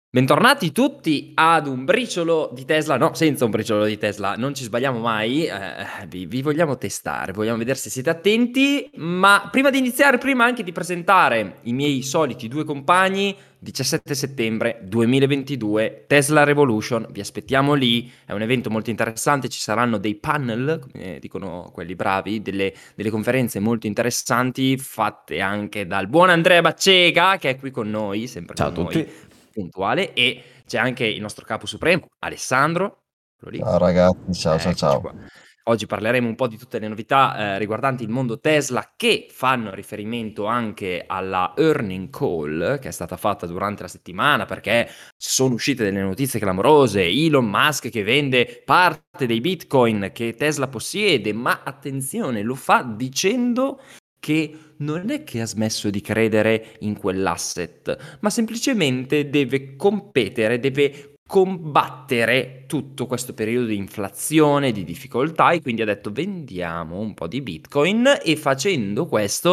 Bentornati tutti ad un briciolo di Tesla, no, senza un briciolo di Tesla, non ci sbagliamo mai, vi vogliamo testare, vogliamo vedere se siete attenti, ma prima di iniziare, prima anche di presentare i miei soliti due compagni, 17 settembre 2022, Tesla Revolution, vi aspettiamo lì, è un evento molto interessante, ci saranno dei panel, come dicono quelli bravi, delle conferenze molto interessanti fatte anche dal buon Andrea Baccega, che è qui con noi, sempre Ciao a con noi, tutti. puntuale, e c'è anche il nostro capo supremo, Alessandro, eccolo lì, Ciao ragazzi, ciao ciao eccoci ciao. qua. Oggi parleremo un po' di tutte le novità riguardanti il mondo Tesla che fanno riferimento anche alla earning call che è stata fatta durante la settimana, perché sono uscite delle notizie clamorose, Elon Musk che vende parte dei Bitcoin che Tesla possiede, ma attenzione, lo fa dicendo che non è che ha smesso di credere in quell'asset, ma semplicemente deve competere, deve combattere tutto questo periodo di inflazione, di difficoltà, e quindi ha detto vendiamo un po' di Bitcoin, e facendo questo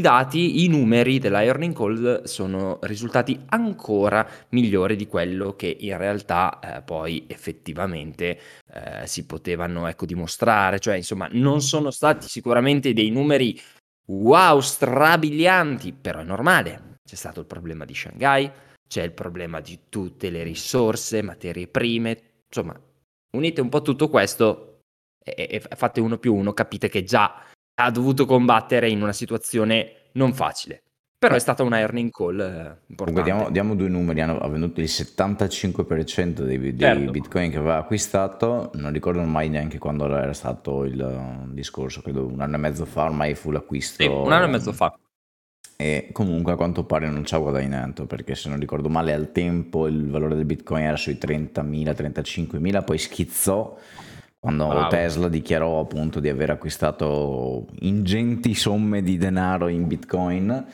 i numeri della earning call sono risultati ancora migliori di quello che in realtà poi effettivamente si potevano, ecco, dimostrare. Cioè, insomma, non sono stati sicuramente dei numeri wow, strabilianti, però è normale. C'è stato il problema di Shanghai, c'è il problema di tutte le risorse, materie prime, insomma, unite un po' tutto questo e fate uno più uno, capite che già ha dovuto combattere in una situazione non facile. Però è Beh, stata una earning call comunque diamo, importante. diamo due numeri, ha venduto il 75% dei Certo. bitcoin che aveva acquistato, non ricordo mai neanche quando era stato il discorso, credo un anno e mezzo fa ormai fu Sì, un anno e l'acquisto. mezzo fa. E comunque a quanto pare non ci ha guadagnato, perché se non ricordo male al tempo il valore del bitcoin era sui 30.000, 35.000, poi schizzò quando Bravo. Tesla dichiarò appunto di aver acquistato ingenti somme di denaro in bitcoin.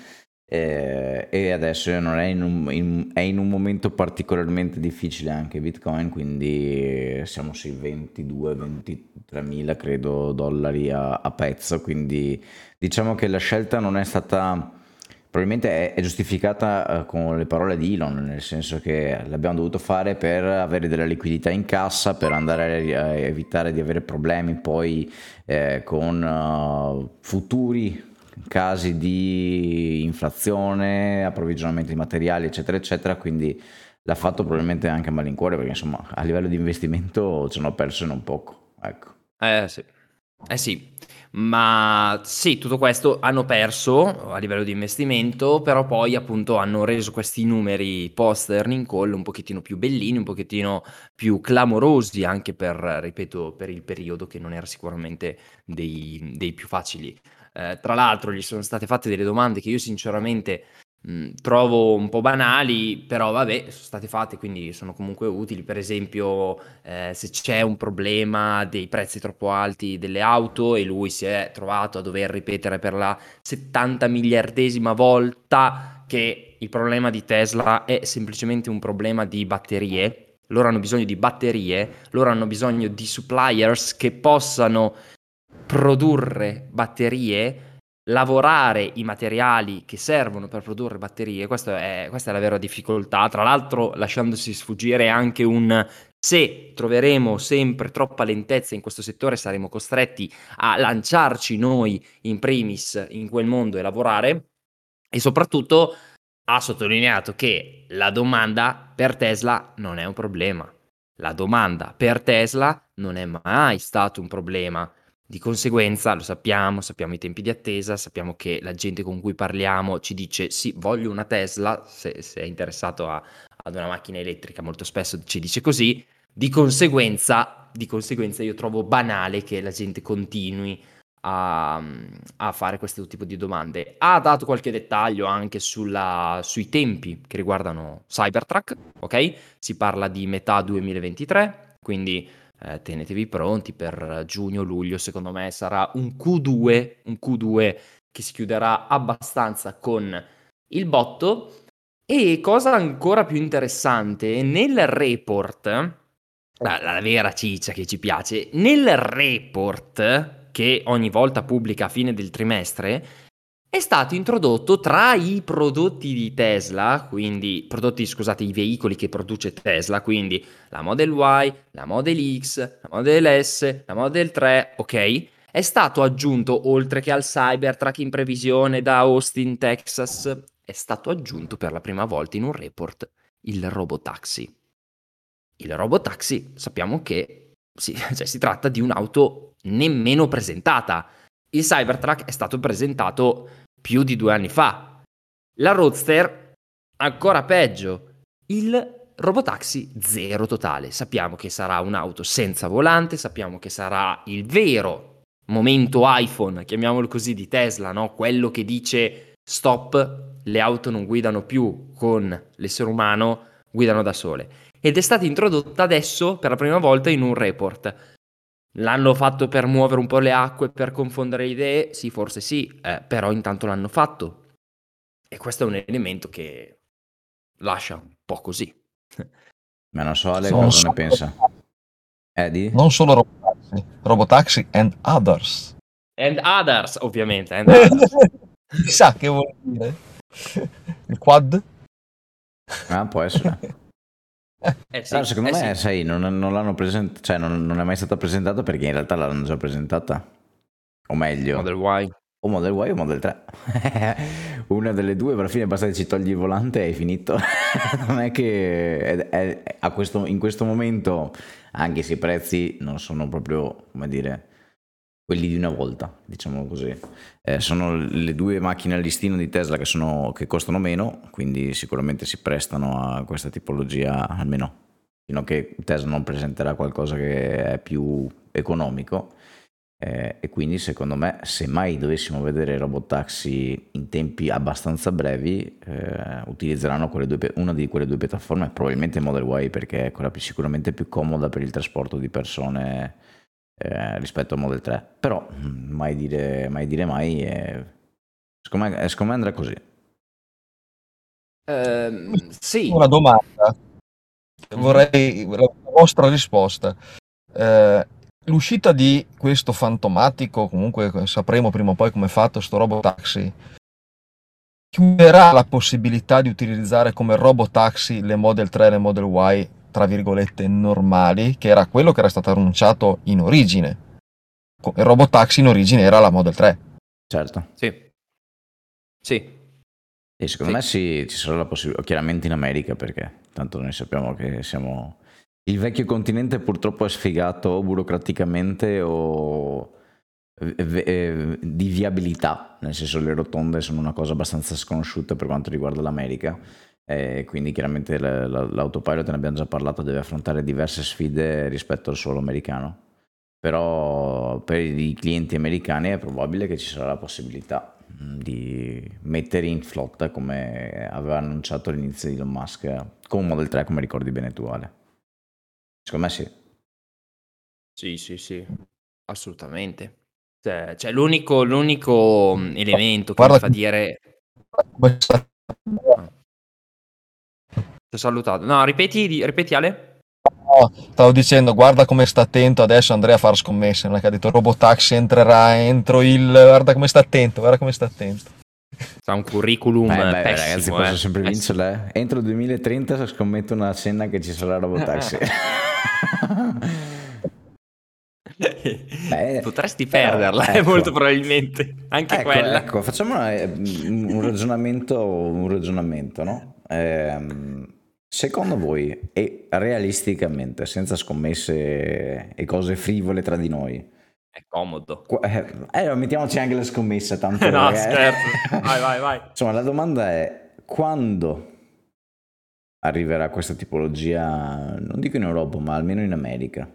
E adesso non è è in un momento particolarmente difficile anche Bitcoin, quindi siamo sui 22-23 mila credo dollari a pezzo, quindi diciamo che la scelta non è stata, probabilmente è giustificata con le parole di Elon, nel senso che l'abbiamo dovuto fare per avere della liquidità in cassa, per andare a evitare di avere problemi poi con futuri casi di inflazione, approvvigionamento di materiali, eccetera, eccetera, quindi l'ha fatto probabilmente anche a malincuore, perché insomma a livello di investimento ce n'ho perso non poco, ecco. Sì. Eh sì, ma sì, tutto questo hanno perso a livello di investimento, però poi appunto hanno reso questi numeri post earning call un pochettino più bellini, un pochettino più clamorosi, anche per, ripeto, per il periodo che non era sicuramente dei più facili. Tra l'altro gli sono state fatte delle domande che io sinceramente trovo un po' banali, però vabbè, sono state fatte, quindi sono comunque utili. Per esempio, se c'è un problema dei prezzi troppo alti delle auto e lui si è trovato a dover ripetere per la 70 miliardesima volta che il problema di Tesla è semplicemente un problema di batterie. Loro hanno bisogno di batterie, loro hanno bisogno di suppliers che possano produrre batterie, lavorare i materiali che servono per produrre batterie. Questa è la vera difficoltà. Tra l'altro, lasciandosi sfuggire anche un se troveremo sempre troppa lentezza in questo settore, saremo costretti a lanciarci noi in primis in quel mondo e lavorare. E soprattutto ha sottolineato che la domanda per Tesla non è un problema. La domanda per Tesla non è mai stato un problema. Di conseguenza, lo sappiamo i tempi di attesa, sappiamo che la gente con cui parliamo ci dice sì, voglio una Tesla, se è interessato ad una macchina elettrica, molto spesso ci dice così. Di conseguenza io trovo banale che la gente continui a fare questo tipo di domande. Ha dato qualche dettaglio anche sui tempi che riguardano Cybertruck, ok? Si parla di metà 2023, quindi tenetevi pronti per giugno-luglio, secondo me sarà un Q2 che si chiuderà abbastanza con il botto. E cosa ancora più interessante, nel report, la vera ciccia che ci piace, nel report che ogni volta pubblica a fine del trimestre, è stato introdotto tra i prodotti di Tesla, quindi prodotti, scusate, i veicoli che produce Tesla, quindi la Model Y, la Model X, la Model S, la Model 3, ok? È stato aggiunto, oltre che al Cybertruck in previsione da Austin, Texas, è stato aggiunto per la prima volta in un report il Robotaxi. Il Robotaxi sappiamo che cioè, si tratta di un'auto nemmeno presentata. Il Cybertruck è stato presentato più di 2 anni fa. La Roadster, ancora peggio. Il Robotaxi zero totale. Sappiamo che sarà un'auto senza volante, sappiamo che sarà il vero momento iPhone, chiamiamolo così, di Tesla, no? Quello che dice stop, le auto non guidano più con l'essere umano, guidano da sole. Ed è stata introdotta adesso per la prima volta in un report. L'hanno fatto per muovere un po' le acque, per confondere idee? Sì, forse sì, però intanto l'hanno fatto. E questo è un elemento che lascia un po' così. Ma non so Ale Non cosa ne solo, pensa. Di? non solo Robotaxi, Robotaxi and Others. And others, ovviamente, and others. Chissà che vuol dire. Il quad? Ah, può essere. Sì, Però secondo me, sì. sai, non l'hanno presentata, cioè non è mai stata presentata perché in realtà l'hanno già presentata. O meglio, Model Y. o Model Y o Model 3. Una delle due, alla fine basta che ci togli il volante e hai finito. Non è che in questo momento, anche se i prezzi non sono proprio, come dire, quelli di una volta, diciamo così. Sono le due macchine al listino di Tesla che costano meno, quindi sicuramente si prestano a questa tipologia, almeno fino a che Tesla non presenterà qualcosa che è più economico. E quindi secondo me, se mai dovessimo vedere robotaxi in tempi abbastanza brevi, utilizzeranno una di quelle due piattaforme, probabilmente Model Y, perché è quella sicuramente più comoda per il trasporto di persone rispetto al Model 3. Però mai dire mai, secondo me andrà così. Sì. Una domanda, vorrei la vostra risposta. L'uscita di questo fantomatico, comunque sapremo prima o poi come è fatto sto Robotaxi, chiuderà la possibilità di utilizzare come Robotaxi le Model 3 e le Model Y, tra virgolette, normali, che era quello che era stato annunciato in origine. Il Robotaxi in origine era la Model 3. Certo. Sì. Sì. E secondo me sì, ci sarà la possibilità, chiaramente in America, perché tanto noi sappiamo che siamo... Il vecchio continente purtroppo è sfigato o burocraticamente o di viabilità, nel senso le rotonde sono una cosa abbastanza sconosciuta per quanto riguarda l'America, quindi chiaramente l'autopilot, ne abbiamo già parlato, deve affrontare diverse sfide rispetto al suolo americano, però per i clienti americani è probabile che ci sarà la possibilità di mettere in flotta, come aveva annunciato all'inizio di Elon Musk, con Model 3, come ricordi bene tu Ale. Secondo me sì. Sì, assolutamente. Cioè, l'unico elemento che mi Guarda fa dire... Ti ho salutato. No, ripeti Ale? No, stavo dicendo, guarda come sta attento adesso Andrea a fare scommesse, non è che ha detto Robotaxi entrerà entro il... Guarda come sta attento, guarda come sta attento. C'ha un curriculum ragazzi, pessimo. posso sempre vincerle. Entro il 2030 scommetto una cena che ci sarà Robotaxi. Potresti perderla, ecco, molto probabilmente. Anche quella. Ecco, facciamo un ragionamento, no? Secondo voi, e realisticamente, senza scommesse e cose frivole tra di noi, È comodo. mettiamoci anche le scommesse, tanto No, scherzo. Vai. Insomma, la domanda è: quando arriverà questa tipologia, non dico in Europa, ma almeno in America?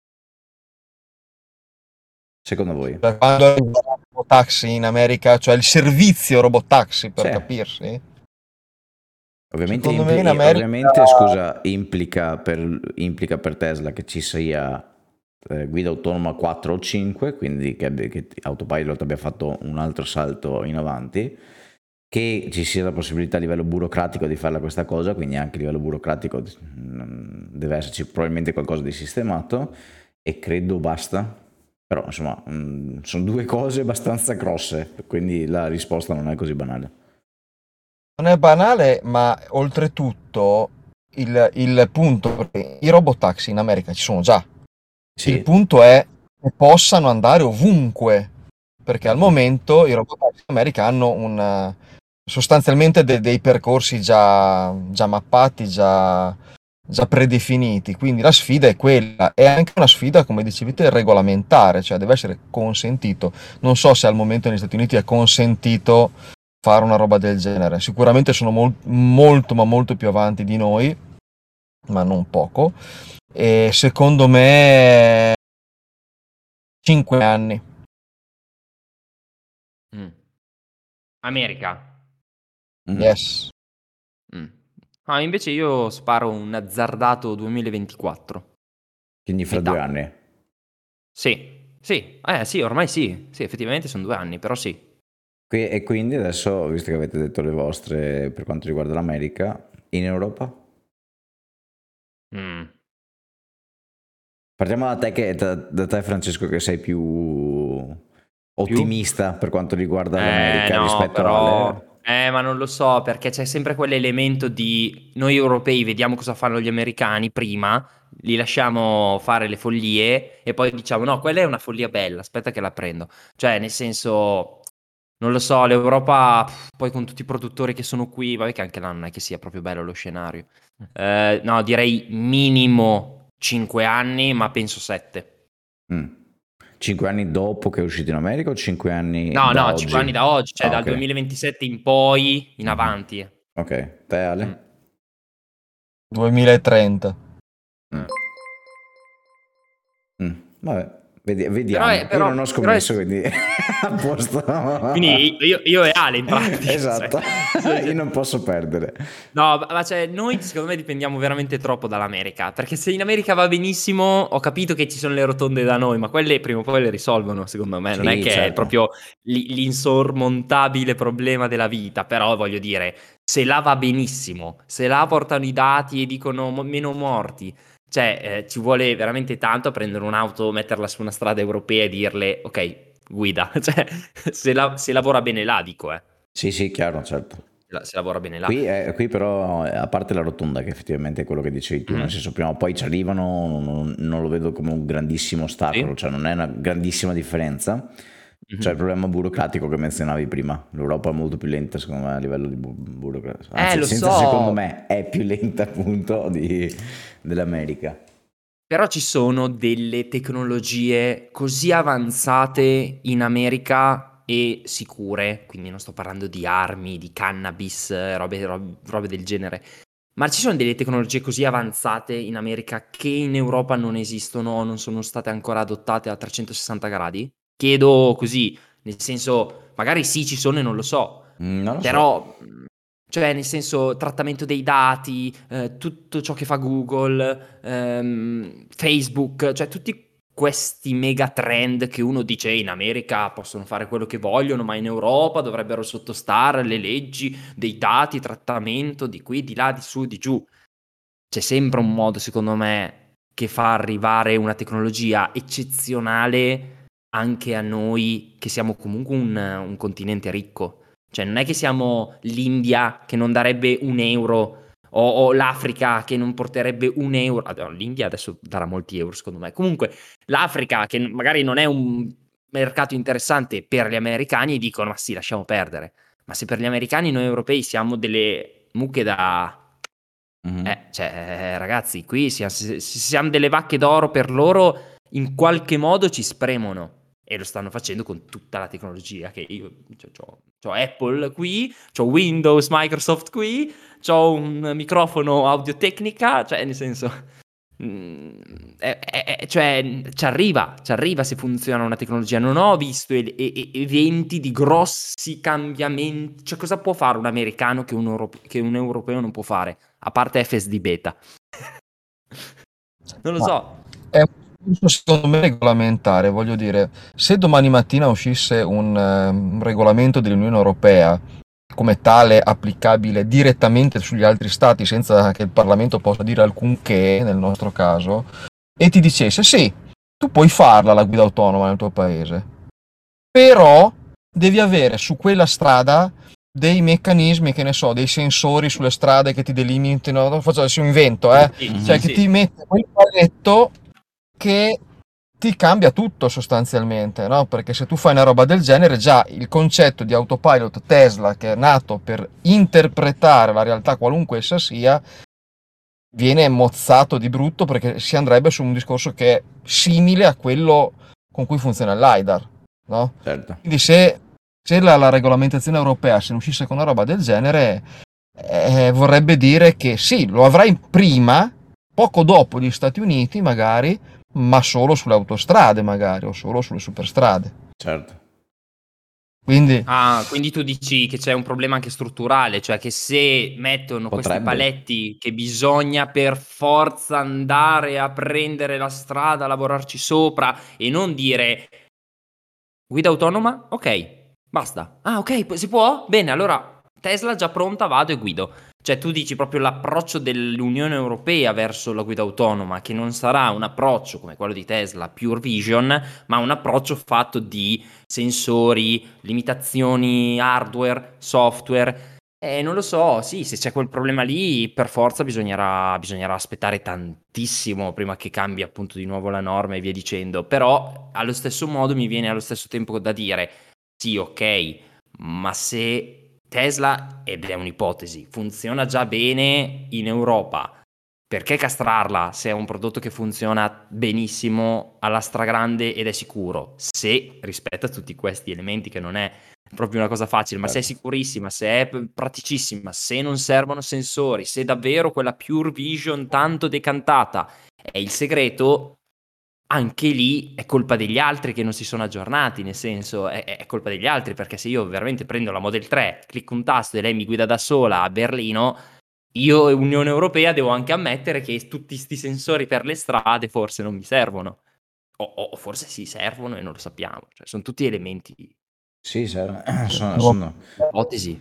Secondo voi? Per quando arriverà il Robotaxi in America, cioè il servizio Robotaxi, per Sì. capirsi? Ovviamente, Secondo me in America... ovviamente scusa, implica per Tesla che ci sia guida autonoma 4 o 5, quindi che Autopilot abbia fatto un altro salto in avanti, che ci sia la possibilità a livello burocratico di farla questa cosa, quindi anche a livello burocratico deve esserci probabilmente qualcosa di sistemato, e credo basta. Però insomma, sono due cose abbastanza grosse, quindi la risposta non è così banale. Non è banale, ma oltretutto il punto, perché i robotaxi in America ci sono già. Il Sì. punto è che possano andare ovunque, perché al Mhm. momento i robotaxi in America hanno sostanzialmente dei percorsi già mappati, già predefiniti, quindi la sfida è quella, è anche una sfida, come dicevi te, regolamentare, cioè deve essere consentito. Non so se al momento negli Stati Uniti è consentito fare una roba del genere, sicuramente sono molto ma molto più avanti di noi, ma non poco, e secondo me 5 anni. Mm. America. Mhm. Yes. Mm. Ah, invece io sparo un azzardato 2024. Quindi fra 2 Metà. anni. Sì, sì, sì, ormai sì. Sì, effettivamente sono 2 anni, però sì. E quindi adesso, visto che avete detto le vostre per quanto riguarda l'America, in Europa? Mm. Partiamo da te, da te Francesco, che sei più Più? ottimista per quanto riguarda l'America No, rispetto a però. Ale. Ma non lo so, perché c'è sempre quell'elemento di noi europei vediamo cosa fanno gli americani prima, li lasciamo fare le follie e poi diciamo no, quella è una follia bella, aspetta che la prendo. Cioè, nel senso, non lo so, l'Europa, poi con tutti i produttori che sono qui, vabbè che anche là non è che sia proprio bello lo scenario. No, direi minimo 5 anni, ma penso 7. 5 anni dopo che è uscito in America o 5 anni No, da no, 5 anni oggi? da oggi, cioè Ah, dal ok. 2027 in poi, in Mhm. avanti. Ok, te Ale? Mm. 2030. Mm. Vabbè, Però vediamo. è, Io però, non ho però è- scommesso, quindi a posto. Quindi io e Ale in pratica. Esatto, io non posso perdere. No, ma cioè, noi secondo me dipendiamo veramente troppo dall'America. Perché se in America va benissimo, ho capito che ci sono le rotonde da noi, ma quelle prima o poi le risolvono, secondo me. Non è Sì, che è certo. proprio l'insormontabile problema della vita. Però voglio dire, se là va benissimo, se là portano i dati e dicono meno morti, cioè, ci vuole veramente tanto a prendere un'auto, metterla su una strada europea e dirle, ok, guida. Cioè, se lavora bene là, dico, eh. Sì, sì, chiaro, certo. Se lavora bene là. Qui però, a parte la rotonda, che effettivamente è quello che dicevi tu, nel Mhm. senso prima o poi ci arrivano, non lo vedo come un grandissimo ostacolo, Sì? cioè non è una grandissima differenza. C'è il Mhm. problema burocratico che menzionavi prima. L'Europa è molto più lenta, secondo me, a livello di burocrazia. Anzi, Lo senza secondo so, me, è più lenta appunto dell'America. però ci sono delle tecnologie così avanzate in America e sicure, quindi non sto parlando di armi, di cannabis, robe del genere, ma ci sono delle tecnologie così avanzate in America che in Europa non esistono o non sono state ancora adottate a 360 gradi? Chiedo così, nel senso, magari sì ci sono e non lo so, Non lo so. però, cioè nel senso, trattamento dei dati, tutto ciò che fa Google, Facebook, cioè tutti questi mega trend che uno dice in America possono fare quello che vogliono, ma in Europa dovrebbero sottostare alle leggi dei dati, trattamento di qui, di là, di su, di giù. C'è sempre un modo, secondo me, che fa arrivare una tecnologia eccezionale anche a noi, che siamo comunque un continente ricco. Cioè, non è che siamo l'India che non darebbe un euro o l'Africa che non porterebbe un euro. L'India adesso darà molti euro, secondo me. Comunque, l'Africa, che magari non è un mercato interessante per gli americani, e dicono: ma sì, lasciamo perdere. Ma se per gli americani noi europei siamo delle mucche da. Mhm. Cioè, ragazzi, qui se siamo delle vacche d'oro per loro, in qualche modo ci spremono. E lo stanno facendo con tutta la tecnologia che io. Cioè, c'ho Apple qui, c'ho Windows, Microsoft qui, c'ho un microfono Audio-Tecnica, cioè, nel senso. Cioè, ci arriva se funziona una tecnologia. Non ho visto eventi di grossi cambiamenti. Cioè, cosa può fare un americano che un europeo non può fare? A parte FSD beta. Non lo Ma so. è un discorso secondo me regolamentare, voglio dire, se domani mattina uscisse un regolamento dell'Unione Europea come tale applicabile direttamente sugli altri stati senza che il Parlamento possa dire alcunché nel nostro caso, e ti dicesse sì, tu puoi farla la guida autonoma nel tuo paese, però devi avere su quella strada dei meccanismi, che ne so, dei sensori sulle strade che ti delimitino, faccio adesso un invento, Sì, cioè sì, che sì. ti mette quel paletto che ti cambia tutto sostanzialmente, no? Perché se tu fai una roba del genere, già il concetto di autopilot Tesla, che è nato per interpretare la realtà qualunque essa sia, viene mozzato di brutto, perché si andrebbe su un discorso che è simile a quello con cui funziona il LiDAR, no? Certo. Quindi se la regolamentazione europea se ne uscisse con una roba del genere, vorrebbe dire che sì, lo avrai prima, poco dopo gli Stati Uniti magari, ma solo sulle autostrade magari, o solo sulle superstrade. Certo. Quindi Ah, quindi tu dici che c'è un problema anche strutturale, cioè che se mettono questi Potrebbe. paletti che bisogna per forza andare a prendere la strada, lavorarci sopra e non dire guida autonoma? Ok, basta. Ah, ok, si può? Bene, allora Tesla già pronta, vado e guido. Cioè tu dici proprio l'approccio dell'Unione Europea verso la guida autonoma, che non sarà un approccio come quello di Tesla, Pure Vision, ma un approccio fatto di sensori, limitazioni hardware, software. Non lo so, sì, se c'è quel problema lì, per forza bisognerà aspettare tantissimo prima che cambi appunto di nuovo la norma e via dicendo. Però allo stesso modo mi viene allo stesso tempo da dire, sì, ok, ma se Tesla, ed è un'ipotesi, funziona già bene in Europa, perché castrarla se è un prodotto che funziona benissimo alla stragrande ed è sicuro? Se rispetta tutti questi elementi, che non è proprio una cosa facile, ma se è Certo. sicurissima, se è praticissima, se non servono sensori, se davvero quella Pure Vision tanto decantata è il segreto, anche lì è colpa degli altri che non si sono aggiornati, nel senso è colpa degli altri, perché se io veramente prendo la Model 3, clicco un tasto e lei mi guida da sola a Berlino, io e Unione Europea devo anche ammettere che tutti sti sensori per le strade forse non mi servono. O forse sì servono e non lo sappiamo. Cioè, sono tutti elementi, Sì, sono. ipotesi.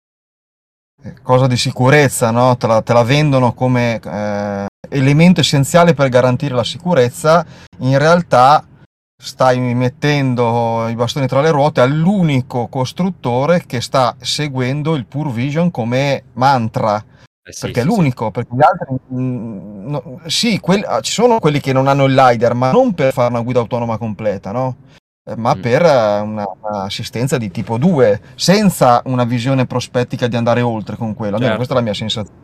cosa di sicurezza, no? Te la vendono come elemento essenziale per garantire la sicurezza, in realtà stai mettendo i bastoni tra le ruote all'unico costruttore che sta seguendo il Pure Vision come mantra, Sì, perché è sì, sì. l'unico, perché gli altri, sì, ci sono quelli che non hanno il LiDAR, ma non per fare una guida autonoma completa, no? Ma Mm. per un'assistenza di tipo 2, senza una visione prospettica di andare oltre con quello. Almeno questa è la Certo. mia sensazione.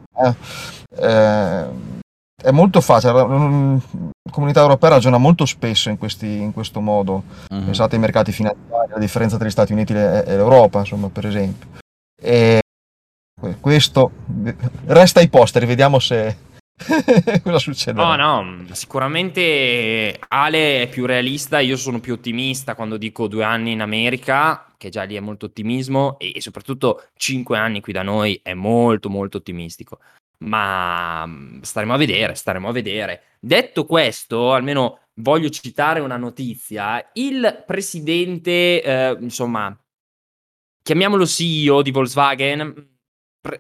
È molto facile. La comunità europea ragiona molto spesso in questo modo. Mhm. Pensate ai mercati finanziari, la differenza tra gli Stati Uniti e l'Europa, insomma, per esempio. E questo resta ai posteri, vediamo se cosa No, succederà. no, sicuramente Ale è più realista, io sono più ottimista quando dico 2 anni in America, che già lì è molto ottimismo, e soprattutto 5 anni qui da noi è molto molto ottimistico. Ma staremo a vedere, staremo a vedere. Detto questo, almeno voglio citare una notizia. Il presidente, insomma, chiamiamolo CEO di Volkswagen, pre-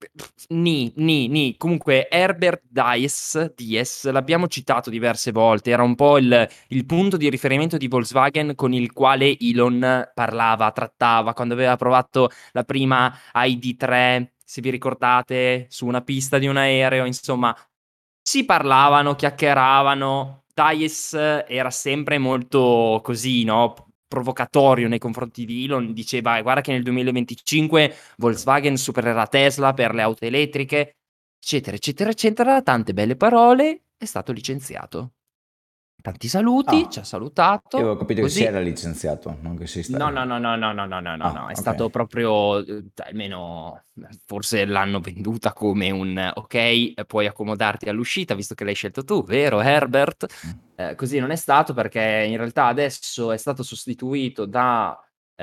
comunque Herbert Diess, l'abbiamo citato diverse volte, era un po' il punto di riferimento di Volkswagen con il quale Elon parlava, trattava, quando aveva provato la prima ID3, se vi ricordate, su una pista di un aereo, insomma, si parlavano, chiacchieravano. Diess era sempre molto così, no? Provocatorio nei confronti di Elon, diceva guarda che nel 2025 Volkswagen supererà Tesla per le auto elettriche, eccetera, eccetera, eccetera, tante belle parole, è stato licenziato. Tanti saluti, ci Ah, ha io avevo salutato, capito che si così. era licenziato, non che si sta. No, no, no, no, no, no, no, no, no, no, Ah, è ok. stato proprio, almeno forse l'hanno venduta come un ok, puoi accomodarti all'uscita visto che l'hai scelto tu, vero Herbert? Mm. Così non è stato, perché in realtà adesso è stato sostituito da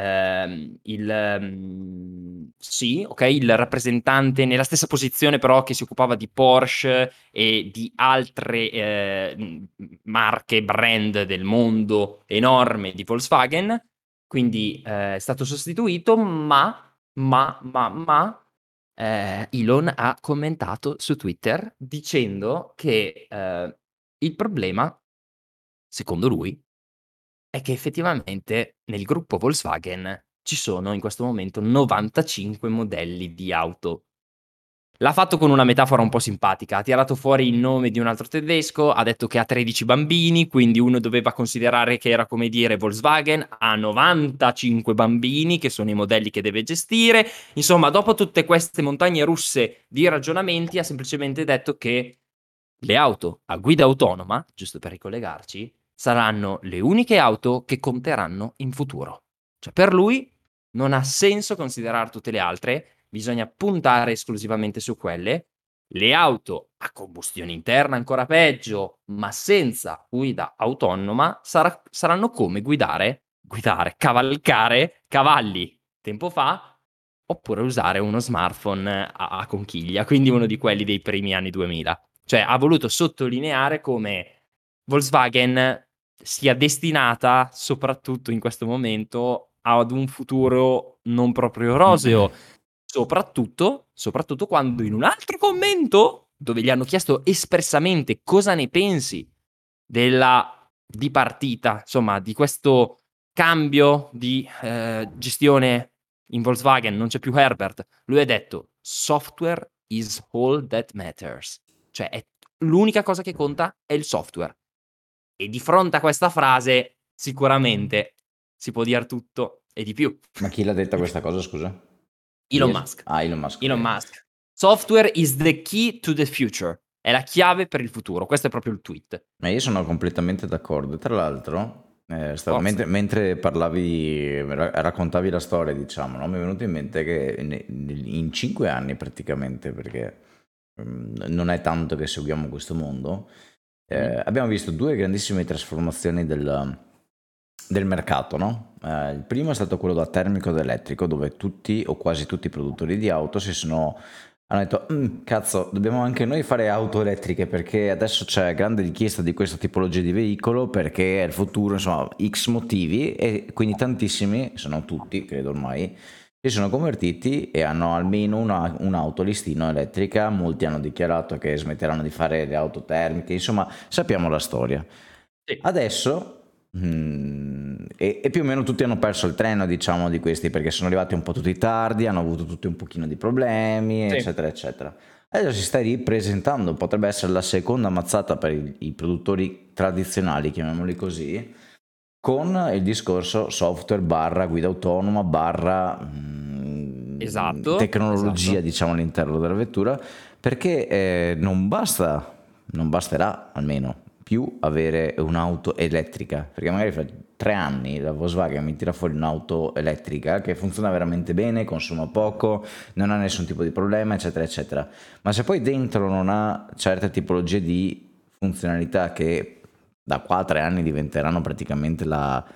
sì, ok, il rappresentante nella stessa posizione però che si occupava di Porsche e di altre marche, brand del mondo enorme di Volkswagen, quindi è stato sostituito, ma Elon ha commentato su Twitter dicendo che il problema secondo lui, è che effettivamente nel gruppo Volkswagen ci sono in questo momento 95 modelli di auto. L'ha fatto con una metafora un po' simpatica, ha tirato fuori il nome di un altro tedesco, ha detto che ha 13 bambini, quindi uno doveva considerare che era come dire Volkswagen ha 95 bambini, che sono i modelli che deve gestire. Insomma, dopo tutte queste montagne russe di ragionamenti, ha semplicemente detto che le auto a guida autonoma, giusto per ricollegarci, saranno le uniche auto che conteranno in futuro. Cioè, per lui non ha senso considerare tutte le altre, bisogna puntare esclusivamente su quelle. Le auto a combustione interna ancora peggio, ma senza guida autonoma, saranno come guidare, cavalcare cavalli tempo fa, oppure usare uno smartphone a conchiglia, quindi uno di quelli dei primi anni 2000. Cioè ha voluto sottolineare come Volkswagen sia destinata, soprattutto in questo momento, ad un futuro non proprio roseo. Soprattutto quando in un altro commento, dove gli hanno chiesto espressamente cosa ne pensi della dipartita, insomma, di questo cambio di gestione in Volkswagen, non c'è più Herbert, lui ha detto software is all that matters. Cioè l'unica cosa che conta è il software. E di fronte a questa frase sicuramente si può dire tutto e di più. Ma chi l'ha detta questa cosa, scusa? Elon Musk. Elon Musk. Elon Ok. Musk. Software is the key to the future. È la chiave per il futuro. Questo è proprio il tweet. Ma io sono completamente d'accordo. Tra l'altro, Forza. mentre parlavi, raccontavi la storia, diciamo, no? Mi è venuto in mente che in 5 anni praticamente, perché non è tanto che seguiamo questo mondo, abbiamo visto due grandissime trasformazioni del mercato, no? Il primo è stato quello da termico ad elettrico, dove tutti o quasi tutti i produttori di auto hanno detto cazzo, dobbiamo anche noi fare auto elettriche, perché adesso c'è grande richiesta di questa tipologia di veicolo, perché è il futuro, insomma, X motivi, e quindi tantissimi, se non tutti, credo ormai, si sono convertiti e hanno almeno un'auto a listino elettrica. Molti hanno dichiarato che smetteranno di fare le auto termiche, insomma, sappiamo la storia. Sì. Adesso e più o meno tutti hanno perso il treno, diciamo, di questi, perché sono arrivati un po' tutti tardi, hanno avuto tutti un pochino di problemi, Sì. eccetera eccetera. Adesso si sta ripresentando, potrebbe essere la seconda mazzata per i produttori tradizionali, chiamiamoli così, con il discorso software barra guida autonoma barra Esatto. tecnologia, diciamo, all'interno della vettura, perché non basterà almeno più avere un'auto elettrica, perché magari fra 3 anni la Volkswagen mi tira fuori un'auto elettrica che funziona veramente bene, consuma poco, non ha nessun tipo di problema, eccetera eccetera, ma se poi dentro non ha certe tipologie di funzionalità che da qua a 3 anni diventeranno praticamente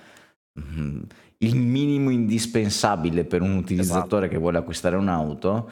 il minimo indispensabile per un utilizzatore che vuole acquistare un'auto,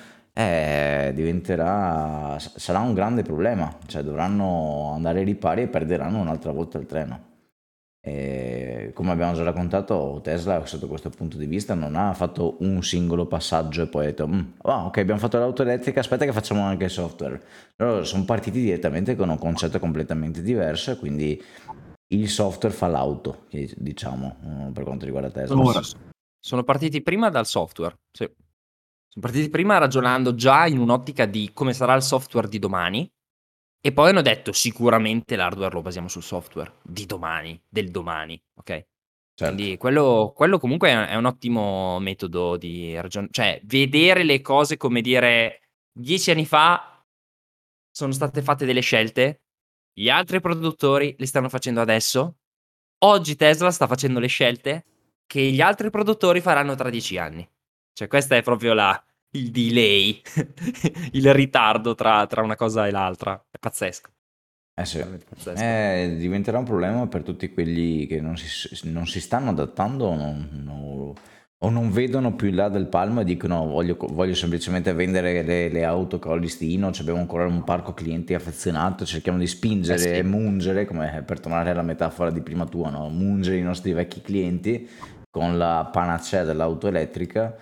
sarà un grande problema, cioè dovranno andare ai ripari e perderanno un'altra volta il treno. E come abbiamo già raccontato, Tesla sotto questo punto di vista non ha fatto un singolo passaggio e poi ha detto ok, abbiamo fatto l'auto elettrica, aspetta che facciamo anche il software. Loro sono partiti direttamente con un concetto completamente diverso, e quindi il software fa l'auto, diciamo, per quanto riguarda Tesla. Allora, Sono partiti prima dal software. Sì. Sono partiti prima ragionando già in un'ottica di come sarà il software di domani, e poi hanno detto sicuramente l'hardware lo basiamo sul software di domani, del domani, ok? Certo. Quindi quello comunque è un ottimo metodo di ragionare, cioè vedere le cose come dire 10 anni fa sono state fatte delle scelte, gli altri produttori le stanno facendo adesso, oggi Tesla sta facendo le scelte che gli altri produttori faranno tra 10 anni. Cioè questa è proprio il delay, il ritardo tra una cosa e l'altra. È pazzesco. Sì. Veramente pazzesco. Diventerà un problema per tutti quelli che non si stanno adattando o non vedono più in là del palmo e dicono voglio semplicemente vendere le auto che ho a listino, abbiamo ancora un parco clienti affezionato, cerchiamo di spingere e mungere, come per tornare alla metafora di prima tua, no? Mungere i nostri vecchi clienti con la panacea dell'auto elettrica,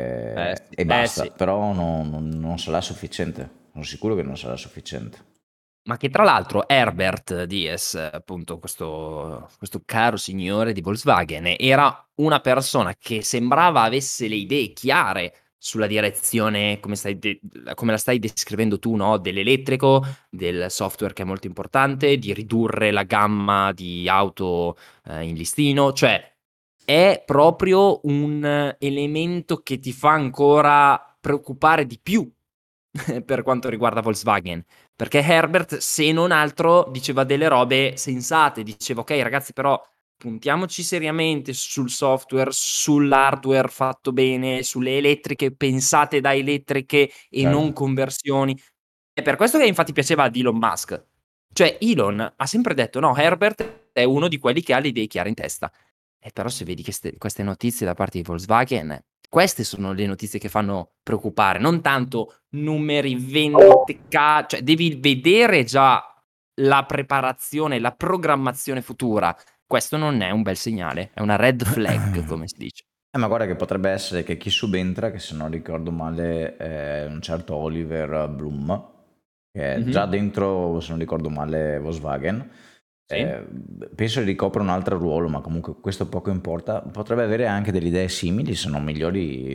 e basta. Sì. Però non sarà sufficiente, sono sicuro che non sarà sufficiente. Ma che tra l'altro Herbert Diess, appunto questo caro signore di Volkswagen, era una persona che sembrava avesse le idee chiare sulla direzione, come la stai descrivendo tu, no, dell'elettrico, del software che è molto importante, di ridurre la gamma di auto, in listino, cioè è proprio un elemento che ti fa ancora preoccupare di più per quanto riguarda Volkswagen. Perché Herbert, se non altro, diceva delle robe sensate, diceva ok ragazzi però puntiamoci seriamente sul software, sull'hardware fatto bene, sulle elettriche pensate da elettriche e non Certo. conversioni. È per questo che infatti piaceva ad Elon Musk. Cioè Elon ha sempre detto no, Herbert è uno di quelli che ha le idee chiare in testa. E però se vedi queste notizie da parte di Volkswagen, queste sono le notizie che fanno preoccupare, non tanto numeri, vendite, cioè devi vedere già la preparazione, la programmazione futura. Questo non è un bel segnale, è una red flag, come si dice. Ma guarda che potrebbe essere che chi subentra, che se non ricordo male è un certo Oliver Bloom, che è già Mhm. dentro, se non ricordo male, Volkswagen. Sì? Penso che ricopra un altro ruolo, ma comunque questo poco importa. Potrebbe avere anche delle idee simili, se non migliori,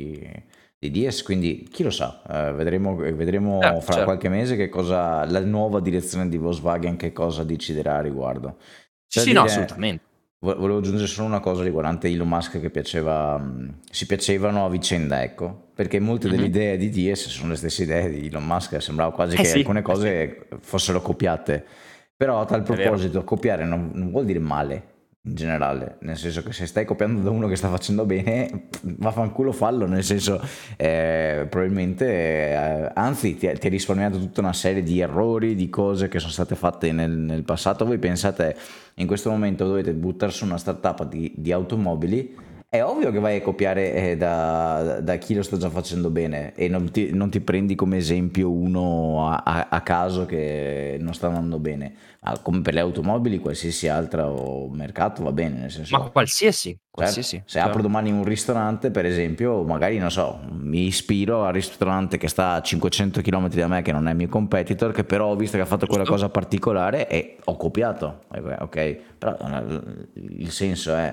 di Diez, quindi chi lo sa. Vedremo fra Certo. qualche mese che cosa, la nuova direzione di Volkswagen che cosa deciderà a riguardo. Sì, C'è da sì, no, dire, assolutamente. volevo aggiungere solo una cosa riguardante Elon Musk che si piacevano a vicenda, ecco, perché molte delle Mhm. idee di Diez sono le stesse idee di Elon Musk, sembrava quasi Eh che sì, alcune eh sì, cose fossero copiate, però a tal è vero. proposito copiare non vuol dire male in generale, nel senso che se stai copiando da uno che sta facendo bene, vaffanculo fallo, nel senso probabilmente, anzi ti ha risparmiato tutta una serie di errori, di cose che sono state fatte nel passato. Voi pensate in questo momento dovete buttare su una startup di automobili, è ovvio che vai a copiare da chi lo sta già facendo bene e non ti prendi come esempio uno a caso che non sta andando bene. Ma come per le automobili, qualsiasi altro mercato va bene, nel Ma senso, qualsiasi, certo, qualsiasi, se apro certo. domani un ristorante, per esempio, magari non so, mi ispiro al ristorante che sta a 500 km da me, che non è il mio competitor, che però ho visto che ha fatto quella Giusto? cosa particolare e ho copiato. Ok, però il senso è,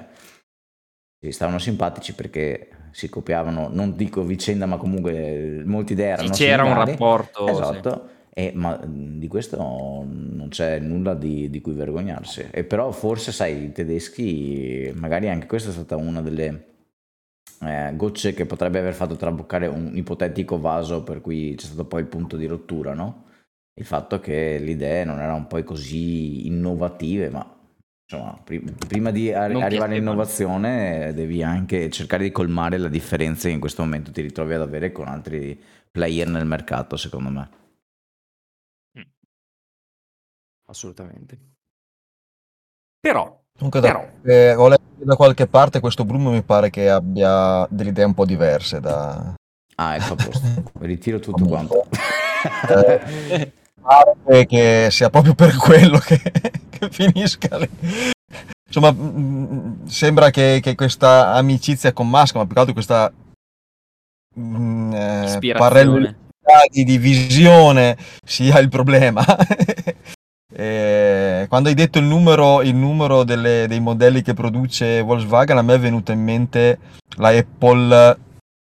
si stavano simpatici perché si copiavano, non dico vicenda, ma comunque molte idee Sì, erano c'era un similari, rapporto, sì. esatto, ma di questo non c'è nulla di cui vergognarsi. E però forse, sai, i tedeschi, magari anche questa è stata una delle gocce che potrebbe aver fatto traboccare un ipotetico vaso per cui c'è stato poi il punto di rottura, no? Il fatto che le idee non erano poi così innovative, ma insomma, prima di Non arrivare piacevano. all'innovazione devi anche cercare di colmare la differenza che in questo momento ti ritrovi ad avere con altri player nel mercato, secondo me. Mh, assolutamente. Però Comunque però ho letto da qualche parte questo Bruno mi pare che abbia delle idee un po' diverse da... Ah, ecco, a posto. Ritiro tutto quanto. Comunque, pare che sia proprio per quello che, che finisca lì. Insomma, sembra che questa amicizia con Musk, ma più che altro questa parallelità ispirazione. di visione sia il problema. Quando hai detto il numero dei modelli che produce Volkswagen, a me è venuta in mente la Apple.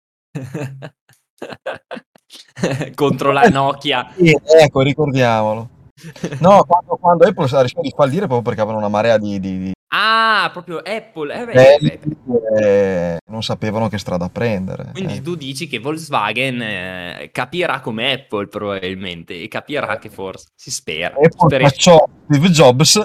Contro la Nokia. Sì, ecco, ricordiamolo. No, quando Apple ha rischiato di fallire proprio perché avevano una marea di Ah, proprio Apple. Eh modelli beh. e non sapevano che strada prendere. Quindi tu dici che Volkswagen, capirà come Apple probabilmente e capirà che forse si spera, Apple speriamo. cacciò Steve Jobs.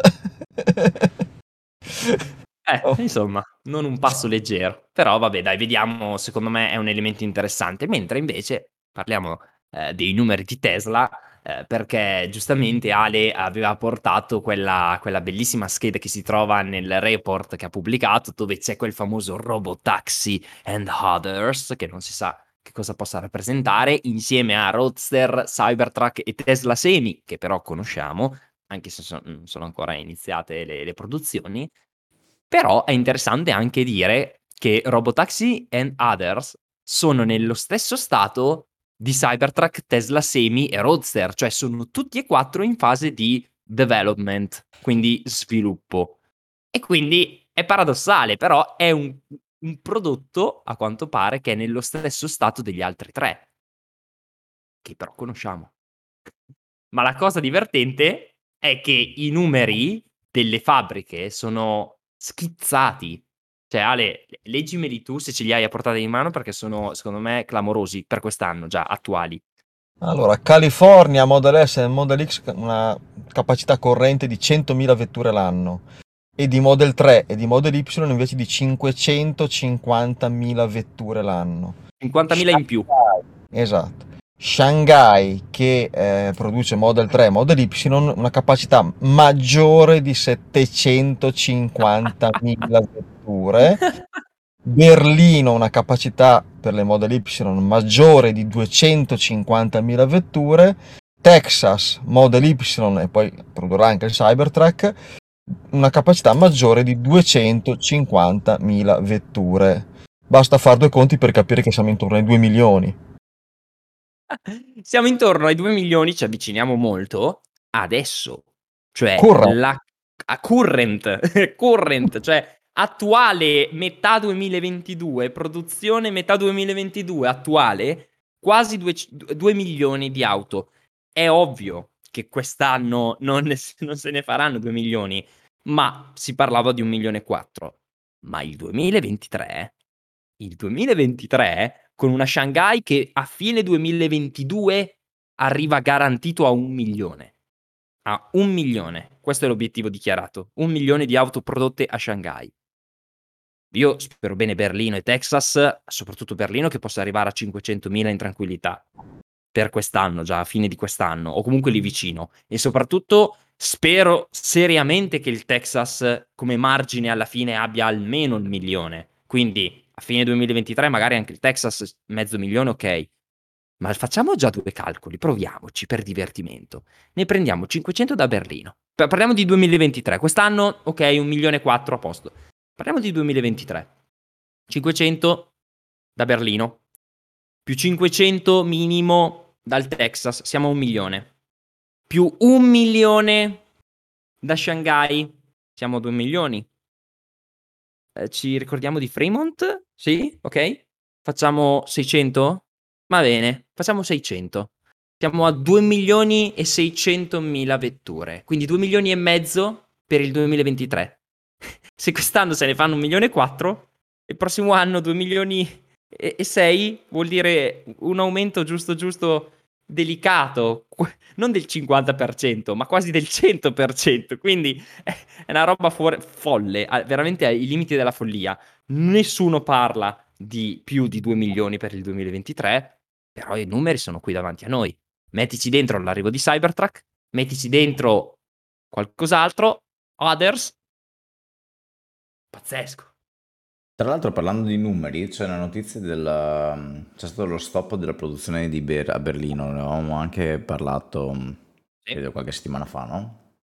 Oh. Insomma, non un passo leggero. Però vabbè dai, vediamo, secondo me è un elemento interessante. Mentre invece parliamo, dei numeri di Tesla, perché giustamente Ale aveva portato quella bellissima scheda che si trova nel report che ha pubblicato, dove c'è quel famoso Robotaxi and Others, che non si sa che cosa possa rappresentare, insieme a Roadster, Cybertruck e Tesla Semi, che però conosciamo, anche se sono ancora iniziate le produzioni. Però è interessante anche dire che Robotaxi and Others sono nello stesso stato di Cybertruck, Tesla Semi e Roadster, cioè sono tutti e 4 in fase di development, quindi sviluppo. E quindi è paradossale, però è un prodotto, a quanto pare, che è nello stesso stato degli altri 3, che però conosciamo. Ma la cosa divertente è che i numeri delle fabbriche sono schizzati. Cioè, Ale, leggimeli tu se ce li hai a portata di mano, perché sono, secondo me, clamorosi per quest'anno, già attuali. Allora, California Model S e Model X una capacità corrente di 100.000 vetture l'anno e di Model 3 e di Model Y invece di 550.000 vetture l'anno. 50.000 in più. Esatto. Shanghai che produce Model 3 e Model Y una capacità maggiore di 750.000 vetture. Berlino una capacità per le Model Y maggiore di 250.000 vetture. Texas Model Y e poi produrrà anche il Cybertruck una capacità maggiore di 250.000 vetture. Basta fare due conti per capire che siamo intorno ai 2 milioni. Siamo intorno ai 2 milioni, ci avviciniamo molto adesso. Cioè, Current. la current, cioè attuale metà 2022, produzione metà 2022 attuale, quasi 2 milioni di auto. È ovvio che quest'anno non se ne faranno 2 milioni, ma si parlava di 1.400.000. Ma il 2023, con una Shanghai che a fine 2022 arriva garantito a 1 milione. A 1 milione. Questo è l'obiettivo dichiarato. 1 milione di auto prodotte a Shanghai. Io spero bene Berlino e Texas, soprattutto Berlino, che possa arrivare a 500.000 in tranquillità per quest'anno, già a fine di quest'anno, o comunque lì vicino. E soprattutto spero seriamente che il Texas come margine alla fine abbia almeno il milione. Quindi a fine 2023 magari anche il Texas 500.000, ok. Ma facciamo già 2 calcoli, proviamoci per divertimento. Ne prendiamo 500 da Berlino. Parliamo di 2023. Quest'anno, ok, 1.400.000 a posto. Parliamo di 2023. 500 da Berlino, più 500 minimo dal Texas, siamo a 1 milione. Più 1 milione da Shanghai, siamo a 2 milioni. Ci ricordiamo di Fremont? Sì? Ok. Facciamo 600? Va bene, facciamo 600. Siamo a 2.600.000 vetture. Quindi 2 milioni e mezzo per il 2023. Se quest'anno se ne fanno 1.400.000, il prossimo anno 2 milioni e 6 vuol dire un aumento giusto delicato, non del 50%, ma quasi del 100%. Quindi è una roba folle, veramente ai limiti della follia. Nessuno parla di più di 2 milioni per il 2023, però i numeri sono qui davanti a noi. Mettici dentro l'arrivo di Cybertruck, mettici dentro qualcos'altro, others, pazzesco. Tra l'altro, parlando di numeri, c'è una notizia c'è stato lo stop della produzione a Berlino, ne avevamo anche parlato, Sì. credo qualche settimana fa, no?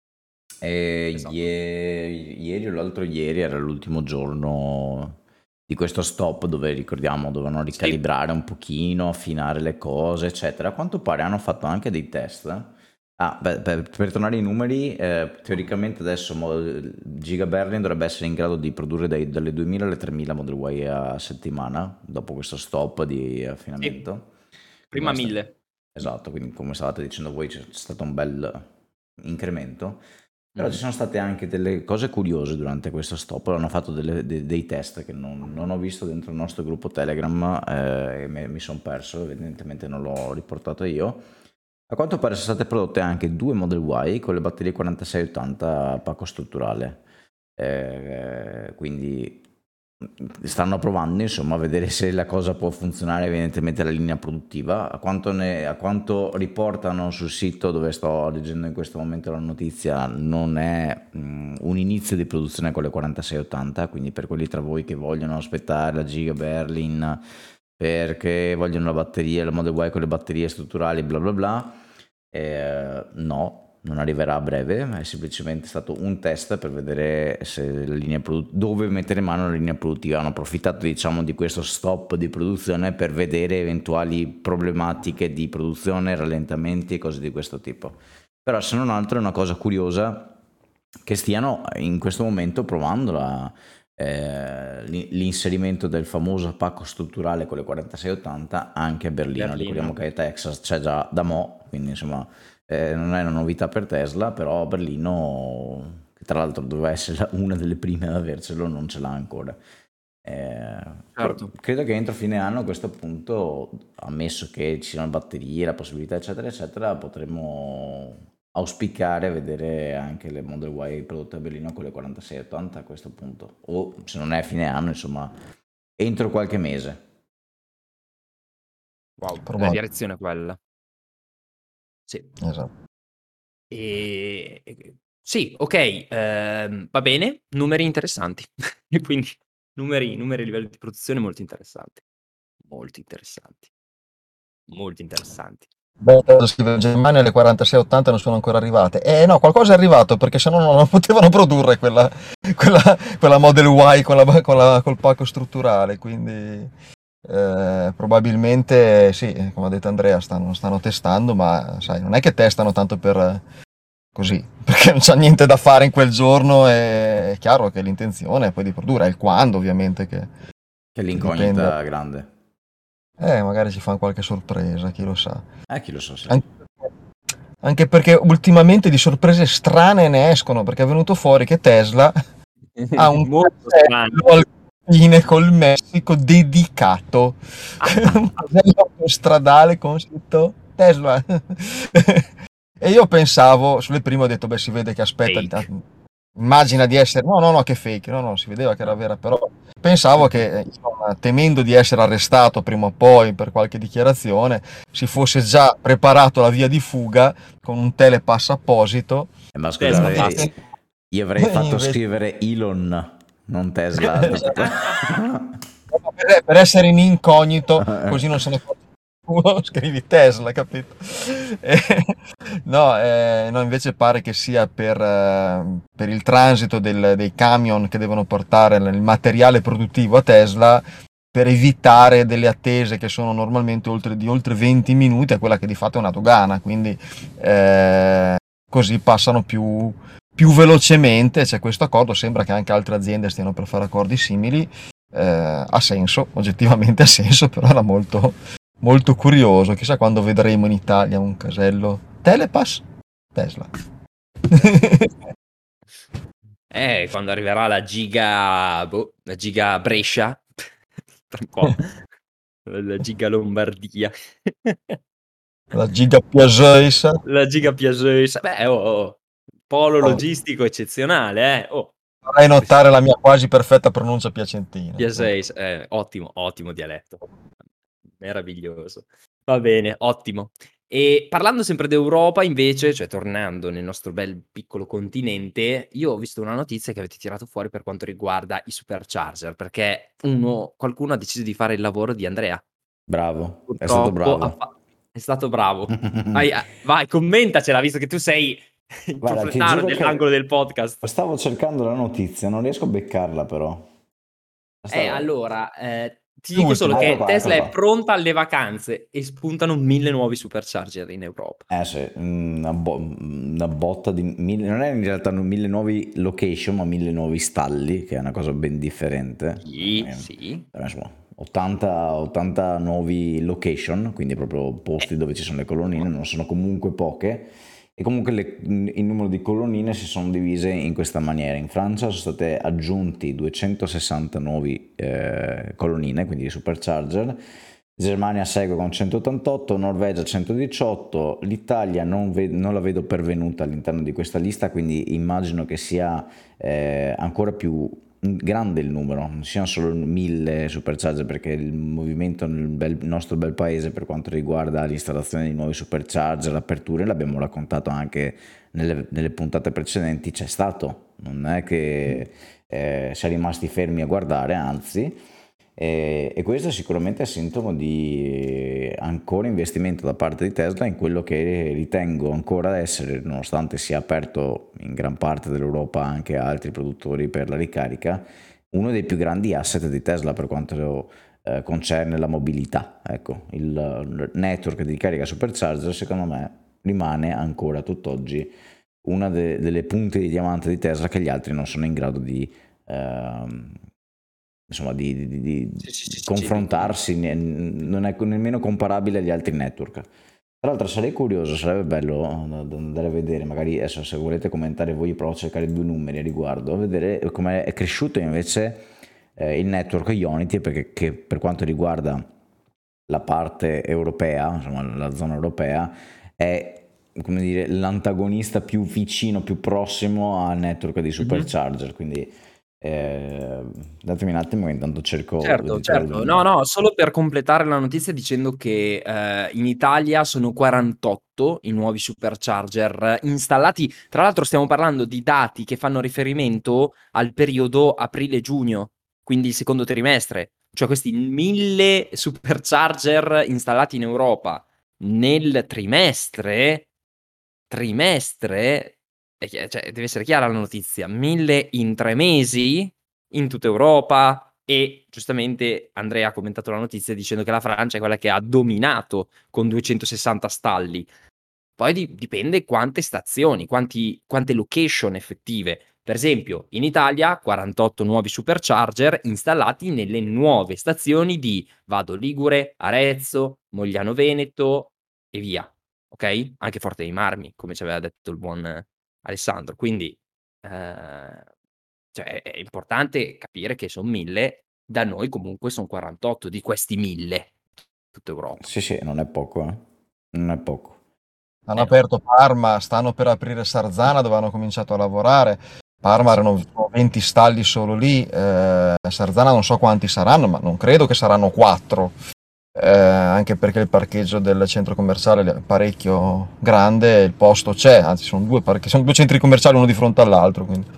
E Esatto. ieri o l'altro ieri era l'ultimo giorno di questo stop dove, ricordiamo, dovevano ricalibrare un pochino, affinare le cose, eccetera. A quanto pare hanno fatto anche dei test. Per tornare ai numeri, teoricamente adesso Giga Berlin dovrebbe essere in grado di produrre dalle 2000 alle 3000 Model Y a settimana, dopo questo stop di affinamento. Prima 1000. Esatto, quindi come stavate dicendo voi c'è stato un bel incremento. Però ci sono state anche delle cose curiose durante questo stop, hanno fatto dei test che non ho visto dentro il nostro gruppo Telegram e mi sono perso, evidentemente non l'ho riportato io. A quanto pare sono state prodotte anche 2 Model Y con le batterie 4680 a pacco strutturale, quindi stanno provando insomma a vedere se la cosa può funzionare evidentemente la linea produttiva. A quanto riportano sul sito dove sto leggendo in questo momento la notizia, non è un inizio di produzione con le 4680, quindi per quelli tra voi che vogliono aspettare la Giga Berlin perché vogliono la Model Y con le batterie strutturali bla bla bla, no, non arriverà a breve, ma è semplicemente stato un test per vedere se dove mettere mano alla linea produttiva. Hanno approfittato, diciamo, di questo stop di produzione per vedere eventuali problematiche di produzione, rallentamenti e cose di questo tipo. Però se non altro è una cosa curiosa che stiano in questo momento provando l'inserimento del famoso pacco strutturale con le 4680 anche a Berlino. Ricordiamo che a Texas c'è già da quindi insomma non è una novità per Tesla, però a Berlino, che tra l'altro doveva essere una delle prime ad avercelo, non ce l'ha ancora. Certo. Credo che entro fine anno a questo punto, ammesso che ci siano batterie, la possibilità eccetera eccetera, potremmo auspicare vedere anche le Model Y prodotte a Berlino con le 4680 a questo punto, o se non è fine anno, insomma, entro qualche mese. Wow, la direzione è quella. Sì. Esatto. Sì, ok, va bene, numeri interessanti. E quindi numeri a livello di produzione molto interessanti. Molto interessanti. Molto interessanti. Beh, scrive in Germania le 4680 non sono ancora arrivate. No, qualcosa è arrivato perché sennò non potevano produrre quella Model Y col pacco strutturale, quindi probabilmente sì, come ha detto Andrea, stanno testando, ma sai, non è che testano tanto per così, perché non c'è niente da fare in quel giorno, è chiaro che l'intenzione è poi di produrre, è il quando ovviamente che L'incognita dipende. grande. Magari ci fanno qualche sorpresa, chi lo sa. Chi lo sa, sì. Anche perché ultimamente di sorprese strane ne escono, perché è venuto fuori che Tesla ha un casello al confine col Messico dedicato. Un casello autostradale con scritto Tesla. E io pensavo, sulle prime ho detto, beh, si vede che aspetta, immagina di essere, no, che fake, no, si vedeva che era vera, però pensavo che, insomma, temendo di essere arrestato prima o poi per qualche dichiarazione, si fosse già preparato la via di fuga con un telepass apposito. Ma scusa, io avrei fatto scrivere Elon, non Tesla. Per essere in incognito, così non se ne accorge nessuno, scrivi Tesla, capito? No, invece pare che sia per il transito dei camion che devono portare il materiale produttivo a Tesla, per evitare delle attese che sono normalmente oltre 20 minuti a quella che di fatto è una dogana, quindi così passano più velocemente. C'è questo accordo, sembra che anche altre aziende stiano per fare accordi simili. Ha senso, oggettivamente ha senso, però era molto, molto curioso. Chissà quando vedremo in Italia un casello Telepass Tesla. Quando arriverà la giga Brescia, tra un po', la giga Lombardia. La giga Piaggesa. La giga Piaggesa. Beh, polo logistico eccezionale, Vorrei notare la mia quasi perfetta pronuncia piacentina. Piaggesa, ottimo dialetto. Meraviglioso. Va bene, ottimo. E parlando sempre d'Europa, invece, cioè tornando nel nostro bel piccolo continente, io ho visto una notizia che avete tirato fuori per quanto riguarda i supercharger, perché qualcuno ha deciso di fare il lavoro di Andrea. Bravo, Purtroppo è stato bravo. È stato bravo. Vai, commentacela, visto che tu sei il proprietario dell'angolo del podcast. Stavo cercando la notizia, non riesco a beccarla però. Allora, ti dico solo che Tesla è pronta alle vacanze e spuntano 1000 nuovi supercharger in Europa. Sì, una botta di 1000, non è in realtà 1000 nuovi location, ma 1000 nuovi stalli, che è una cosa ben differente. Sì. Però insomma, 80 nuovi location, quindi proprio posti dove ci sono le colonnine, non sono comunque poche. E comunque il numero di colonnine si sono divise in questa maniera. In Francia sono state aggiunti 260 nuovi colonnine, quindi supercharger. Germania segue con 188, Norvegia 118, l'Italia non la vedo pervenuta all'interno di questa lista, quindi immagino che sia ancora più grande il numero, non siano solo 1000 supercharger, perché il movimento nel nostro bel paese per quanto riguarda l'installazione di nuovi supercharger, l'apertura, l'abbiamo raccontato anche nelle puntate precedenti, c'è stato, non è che si è rimasti fermi a guardare, anzi. E questo è sicuramente è sintomo di ancora investimento da parte di Tesla in quello che ritengo ancora essere, nonostante sia aperto in gran parte dell'Europa anche a altri produttori per la ricarica, uno dei più grandi asset di Tesla per quanto concerne la mobilità. Ecco, il network di ricarica supercharger secondo me rimane ancora tutt'oggi una delle punte di diamante di Tesla che gli altri non sono in grado di insomma di Sì. confrontarsi, non è nemmeno comparabile agli altri network. Tra l'altro sarei curioso, sarebbe bello da andare a vedere, magari adesso se volete commentare voi, provo a cercare due numeri a riguardo, a vedere come è cresciuto invece il network Ionity, perché che per quanto riguarda la parte europea, insomma la zona europea, è come dire l'antagonista più vicino, più prossimo al network di supercharger, quindi datemi un attimo che intanto cerco Certo, di trovare due certo. No, numeri. no, solo per completare la notizia dicendo che in Italia sono 48 i nuovi supercharger installati. Tra l'altro stiamo parlando di dati che fanno riferimento al periodo aprile-giugno, quindi il secondo trimestre. Cioè questi 1000 supercharger installati in Europa nel trimestre, cioè, deve essere chiara la notizia, 1000 in 3 mesi in tutta Europa. E giustamente Andrea ha commentato la notizia dicendo che la Francia è quella che ha dominato con 260 stalli. Poi dipende quante stazioni, quante location effettive. Per esempio, in Italia 48 nuovi supercharger installati nelle nuove stazioni di Vado Ligure, Arezzo, Mogliano Veneto e via. Ok? Anche Forte dei Marmi, come ci aveva detto il buon Alessandro. Quindi cioè, è importante capire che sono 1000, da noi comunque sono 48 di questi 1000, tutta Europa. Sì, sì, non è poco, non è poco. Hanno No. aperto Parma, stanno per aprire Sarzana dove hanno cominciato a lavorare. Parma Sì. erano 20 stalli solo lì, Sarzana non so quanti saranno, ma non credo che saranno 4, anche perché il parcheggio del centro commerciale è parecchio grande, il posto c'è, anzi sono due centri commerciali uno di fronte all'altro. Quindi.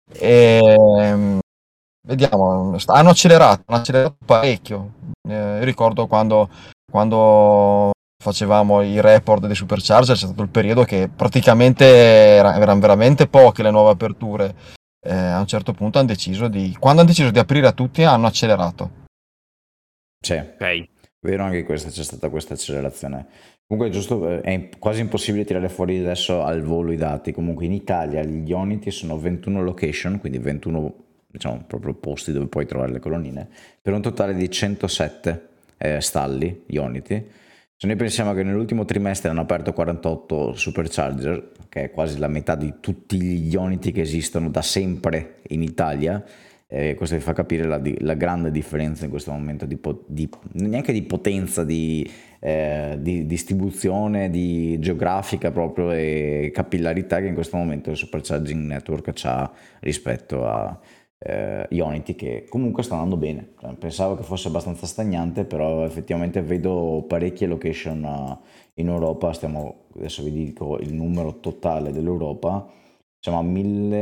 Vediamo, hanno accelerato parecchio. Io ricordo quando facevamo i report dei supercharger, c'è stato il periodo che praticamente erano veramente poche le nuove aperture. A un certo punto quando hanno deciso di aprire a tutti, hanno accelerato. Sì, Ok. vero anche questa, c'è stata questa accelerazione. Comunque giusto, è quasi impossibile tirare fuori adesso al volo i dati. Comunque in Italia gli Ionity sono 21 location, quindi 21 diciamo proprio posti dove puoi trovare le colonnine, per un totale di 107 stalli Ionity. Se noi pensiamo che nell'ultimo trimestre hanno aperto 48 supercharger, che è quasi la metà di tutti gli Ionity che esistono da sempre in Italia, questo vi fa capire la grande differenza in questo momento neanche di potenza, di distribuzione, di geografica proprio e capillarità che in questo momento il Supercharging Network ha rispetto a Ionity, che comunque sta andando bene. Pensavo che fosse abbastanza stagnante, però effettivamente vedo parecchie location in Europa. Adesso vi dico il numero totale dell'Europa, siamo a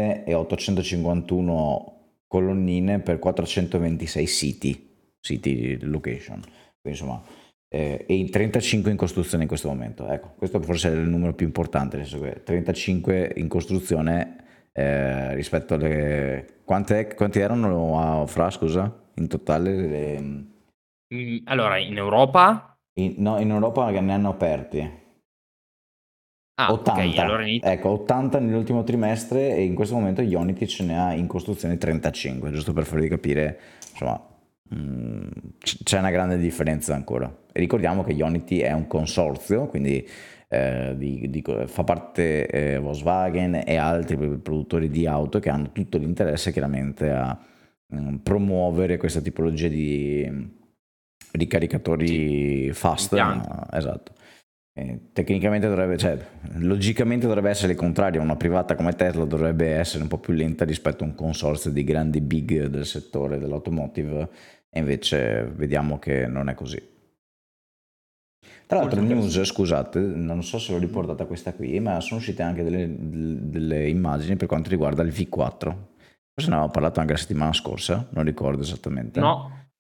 1851 colonnine per 426 siti location, quindi insomma e in 35 in costruzione in questo momento. Ecco, questo forse è il numero più importante, nel senso che 35 in costruzione rispetto alle quanti erano fra, scusa, in totale Allora, in Europa? no, in Europa che ne hanno aperti Ah, ok, allora 80, ecco, 80 nell'ultimo trimestre, e in questo momento Ionity ce ne ha in costruzione 35, giusto per farvi capire, insomma, c'è una grande differenza ancora. E ricordiamo che Ionity è un consorzio, quindi fa parte Volkswagen e altri produttori di auto che hanno tutto l'interesse chiaramente a promuovere questa tipologia di ricaricatori fast, impianti. esatto. Tecnicamente logicamente dovrebbe essere il contrario, una privata come Tesla dovrebbe essere un po' più lenta rispetto a un consorzio di grandi big del settore dell'automotive, e invece vediamo che non è così. Tra l'altro news, scusate, non so se l'ho riportata questa qui, ma sono uscite anche delle immagini per quanto riguarda il V4. Forse ne avevamo parlato anche la settimana scorsa, non ricordo esattamente. No,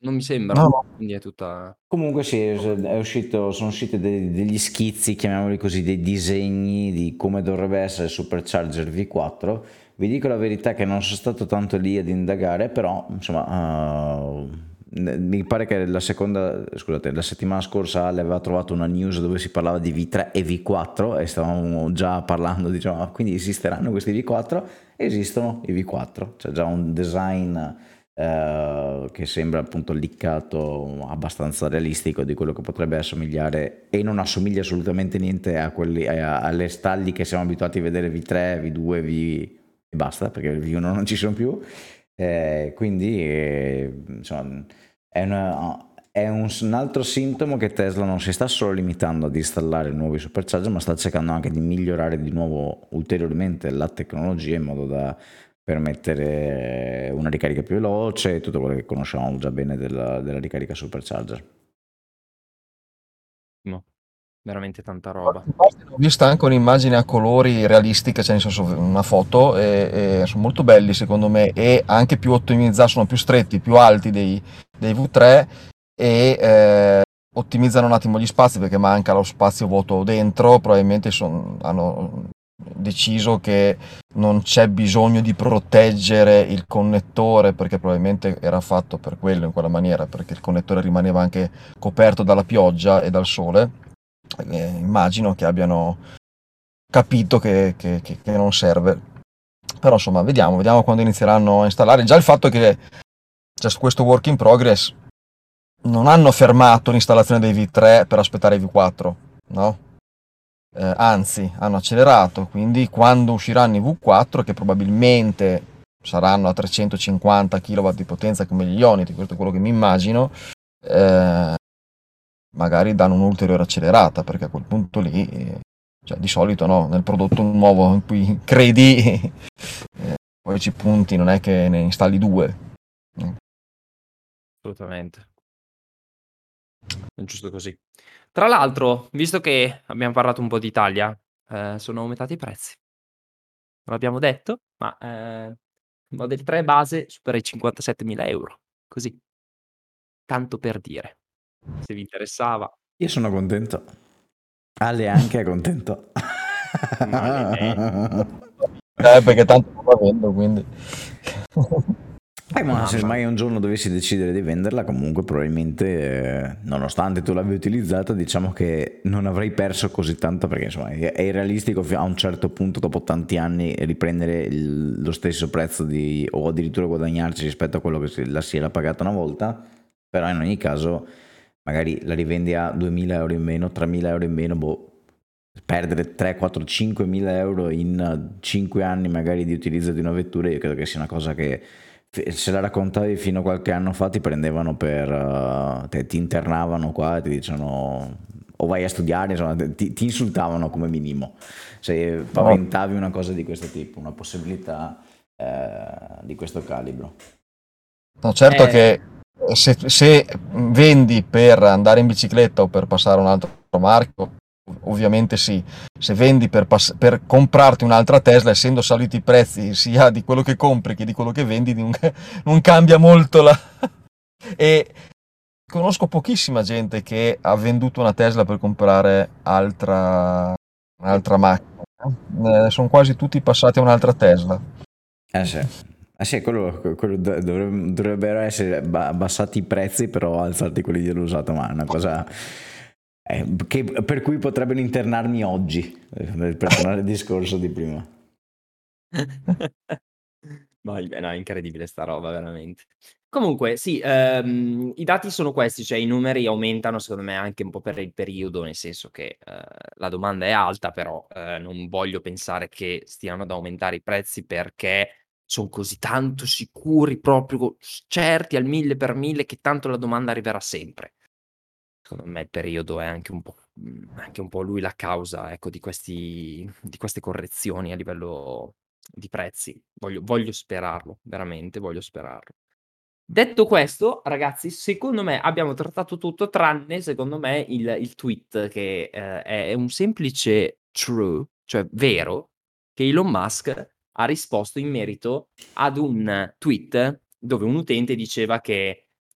non mi sembra, No, no. quindi è tutta... Comunque sì, sono usciti degli schizzi, chiamiamoli così, dei disegni di come dovrebbe essere il Supercharger V4. Vi dico la verità che non sono stato tanto lì ad indagare, però insomma mi pare che la settimana scorsa Ale aveva trovato una news dove si parlava di V3 e V4 e stavamo già parlando, diciamo, quindi esisteranno questi V4? Esistono i V4, c'è già un design che sembra appunto liccato abbastanza realistico di quello che potrebbe assomigliare, e non assomiglia assolutamente niente a alle stalli che siamo abituati a vedere V3, V2, e basta, perché il V1 non ci sono più. Quindi insomma, è un altro sintomo che Tesla non si sta solo limitando ad installare nuovi supercharger, ma sta cercando anche di migliorare di nuovo ulteriormente la tecnologia in modo da permettere una ricarica più veloce e tutto quello che conosciamo già bene della ricarica supercharger. No, veramente tanta roba. Ho visto anche un'immagine a colori realistica, cioè nel senso una foto, e sono molto belli secondo me, e anche più ottimizzati, sono più stretti, più alti dei V3, e ottimizzano un attimo gli spazi perché manca lo spazio vuoto dentro, probabilmente hanno deciso che non c'è bisogno di proteggere il connettore perché probabilmente era fatto per quello in quella maniera, perché il connettore rimaneva anche coperto dalla pioggia e dal sole. Immagino che abbiano capito che non serve. Però insomma, vediamo quando inizieranno a installare. Già il fatto che c'è questo work in progress, non hanno fermato l'installazione dei V3 per aspettare i V4, no? Anzi, hanno accelerato, quindi quando usciranno i V4, che probabilmente saranno a 350 kW di potenza come gli Ionity, questo è quello che mi immagino, magari danno un'ulteriore accelerata, perché a quel punto lì, cioè, di solito no, nel prodotto nuovo in cui credi, poi ci punti, non è che ne installi due. Assolutamente. È giusto così. Tra l'altro, visto che abbiamo parlato un po' d'Italia, sono aumentati i prezzi. Non l'abbiamo detto, ma Model 3 base supera i 57.000 euro. Così, tanto per dire. Se vi interessava. Io sono contento. Ale anche è contento. Perché tanto non la vendo, quindi. Ma se Mamma mai mia. un giorno dovessi decidere di venderla, comunque probabilmente, nonostante tu l'abbia utilizzata, diciamo che non avrei perso così tanto, perché insomma è irrealistico a un certo punto, dopo tanti anni, riprendere lo stesso prezzo o addirittura guadagnarci rispetto a quello che la si era pagata una volta. Però in ogni caso magari la rivendi a 2.000 euro in meno, 3.000 euro in meno, perdere 3, 4, 5.000 euro in 5 anni magari di utilizzo di una vettura, io credo che sia una cosa che, se la raccontavi fino a qualche anno fa, ti prendevano ti internavano qua e ti dicevano o vai a studiare, insomma ti insultavano come minimo se paventavi una cosa di questo tipo, una possibilità di questo calibro. No, certo che se vendi per andare in bicicletta o per passare a un altro marchio, ovviamente sì. Se vendi per comprarti un'altra Tesla, essendo saliti i prezzi sia di quello che compri che di quello che vendi, non cambia molto la... E conosco pochissima gente che ha venduto una Tesla per comprare un'altra macchina. Sono quasi tutti passati a un'altra Tesla. Sì. Sì, quello dovrebbero essere abbassati i prezzi, però alzati quelli dell'usato, ma è una cosa per cui potrebbero internarmi oggi, per tornare al discorso di prima. No, è incredibile sta roba, veramente. Comunque sì, i dati sono questi, cioè i numeri aumentano secondo me anche un po' per il periodo, nel senso che, la domanda è alta, però, non voglio pensare che stiano ad aumentare i prezzi perché son così tanto sicuri, proprio certi al 1000 per 1000 che tanto la domanda arriverà sempre. Secondo me il periodo è anche un po' lui la causa, ecco, di queste correzioni a livello di prezzi. Voglio sperarlo, veramente voglio sperarlo. Detto questo, ragazzi, secondo me abbiamo trattato tutto tranne, secondo me, il tweet che, è un semplice true, cioè vero, che Elon Musk ha risposto in merito ad un tweet dove un utente diceva che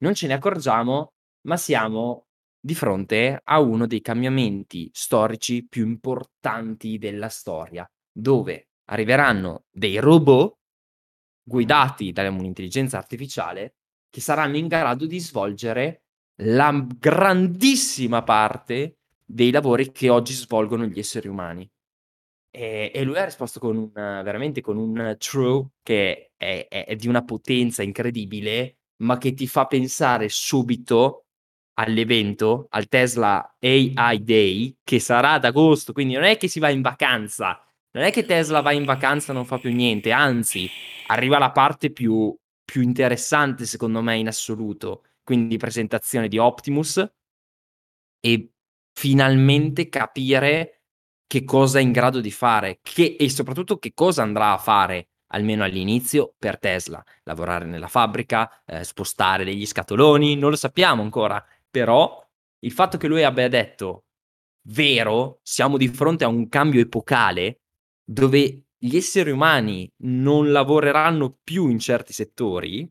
non ce ne accorgiamo, ma siamo di fronte a uno dei cambiamenti storici più importanti della storia, dove arriveranno dei robot guidati da un'intelligenza artificiale che saranno in grado di svolgere la grandissima parte dei lavori che oggi svolgono gli esseri umani. E lui ha risposto con un veramente con un true che è di una potenza incredibile, ma che ti fa pensare subito all'evento, al Tesla AI Day, che sarà ad agosto, quindi non è che si va in vacanza, non è che Tesla va in vacanza e non fa più niente, anzi arriva la parte più interessante secondo me in assoluto, quindi presentazione di Optimus e finalmente capire che cosa è in grado di fare, e soprattutto che cosa andrà a fare, almeno all'inizio, per Tesla. Lavorare nella fabbrica, spostare degli scatoloni, non lo sappiamo ancora, però il fatto che lui abbia detto: "Vero, siamo di fronte a un cambio epocale dove gli esseri umani non lavoreranno più in certi settori",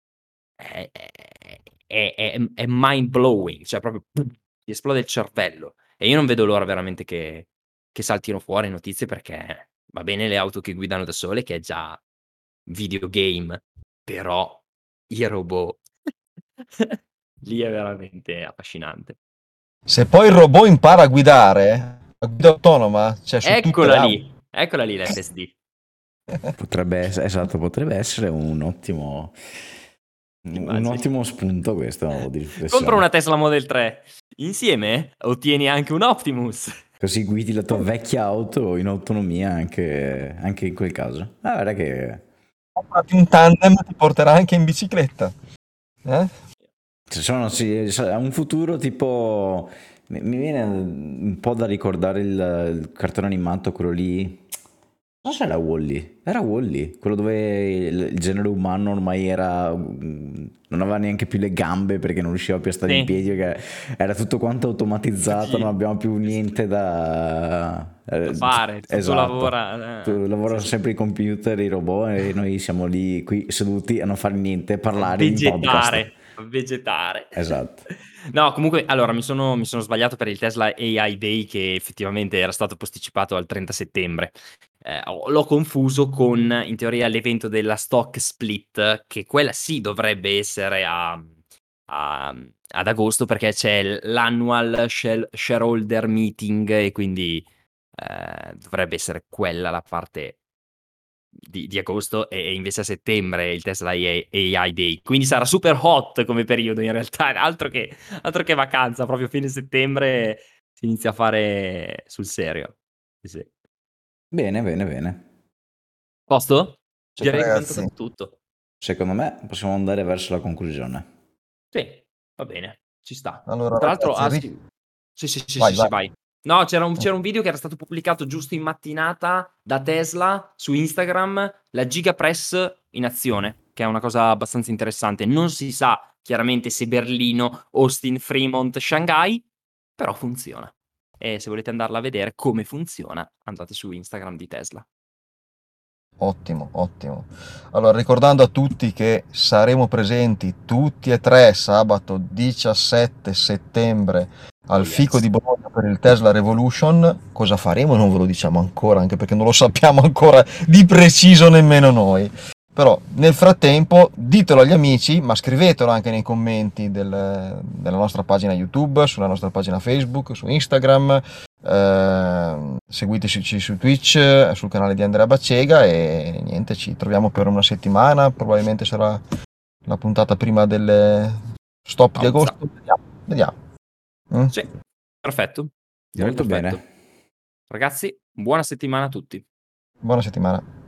è mind blowing, cioè proprio pum, ti esplode il cervello. E io non vedo l'ora veramente che saltino fuori notizie perché va bene le auto che guidano da sole, che è già videogame, però i robot lì è veramente affascinante. Se poi il robot impara a guida autonoma, cioè su tutte le auto. Eccola lì l'FSD. Potrebbe essere un ottimo Immagini. spunto questo di Compra riflessione. una Tesla Model 3, insieme ottieni anche un Optimus. Così guidi la tua vecchia auto in autonomia anche in quel caso. Guarda che Comprati un tandem, ti porterà anche in bicicletta. ha un futuro tipo. Mi viene un po' da ricordare il cartone animato, quello lì. Non so se era Wall-E. Era Wall-E, quello dove il genere umano ormai non aveva neanche più le gambe perché non riusciva più a stare in Sì. piedi, perché era tutto quanto automatizzato, Tutti- non abbiamo più niente da fare, tutto esatto. lavora, Lavorano sì. sempre i computer, i robot, e noi siamo lì qui seduti a non fare niente, a parlare in podcast. Vegetare. Esatto. No, comunque, allora mi sono sbagliato per il Tesla AI Day che effettivamente era stato posticipato al 30 settembre. L'ho confuso con, in teoria, l'evento della stock split, che quella sì dovrebbe essere ad agosto perché c'è l'annual shareholder meeting e quindi dovrebbe essere quella la parte di agosto e invece a settembre il Tesla AI Day. Quindi sarà super hot come periodo in realtà, altro che vacanza, proprio fine settembre si inizia a fare sul serio. Sì. Bene, bene, bene. Posto? Cioè, Direi che abbiamo ragazzi, toccato tutto. Secondo me possiamo andare verso la conclusione. Sì, va bene, ci sta. allora Tra l'altro, ragazzi, sì. vai, Sì, vai. vai. No, c'era un video che era stato pubblicato giusto in mattinata da Tesla su Instagram, la Gigapress in azione, che è una cosa abbastanza interessante. Non si sa chiaramente se Berlino, Austin, Fremont, Shanghai, però funziona. E se volete andarla a vedere come funziona, andate su Instagram di Tesla. Ottimo, ottimo. Allora, ricordando a tutti che saremo presenti tutti e tre sabato 17 settembre al Oh Fico yes. di Bologna per il Tesla Revolution. Cosa faremo? Non ve lo diciamo ancora, anche perché non lo sappiamo ancora di preciso nemmeno noi. Però nel frattempo ditelo agli amici, ma scrivetelo anche nei commenti della nostra pagina YouTube, sulla nostra pagina Facebook, su Instagram. Seguiteci su Twitch, sul canale di Andrea Baccega e niente, ci troviamo per una settimana, probabilmente sarà la puntata prima del stop di Pausa. agosto. Vediamo. Sì, perfetto. Direi Molto perfetto. bene. Ragazzi, buona settimana a tutti. Buona settimana.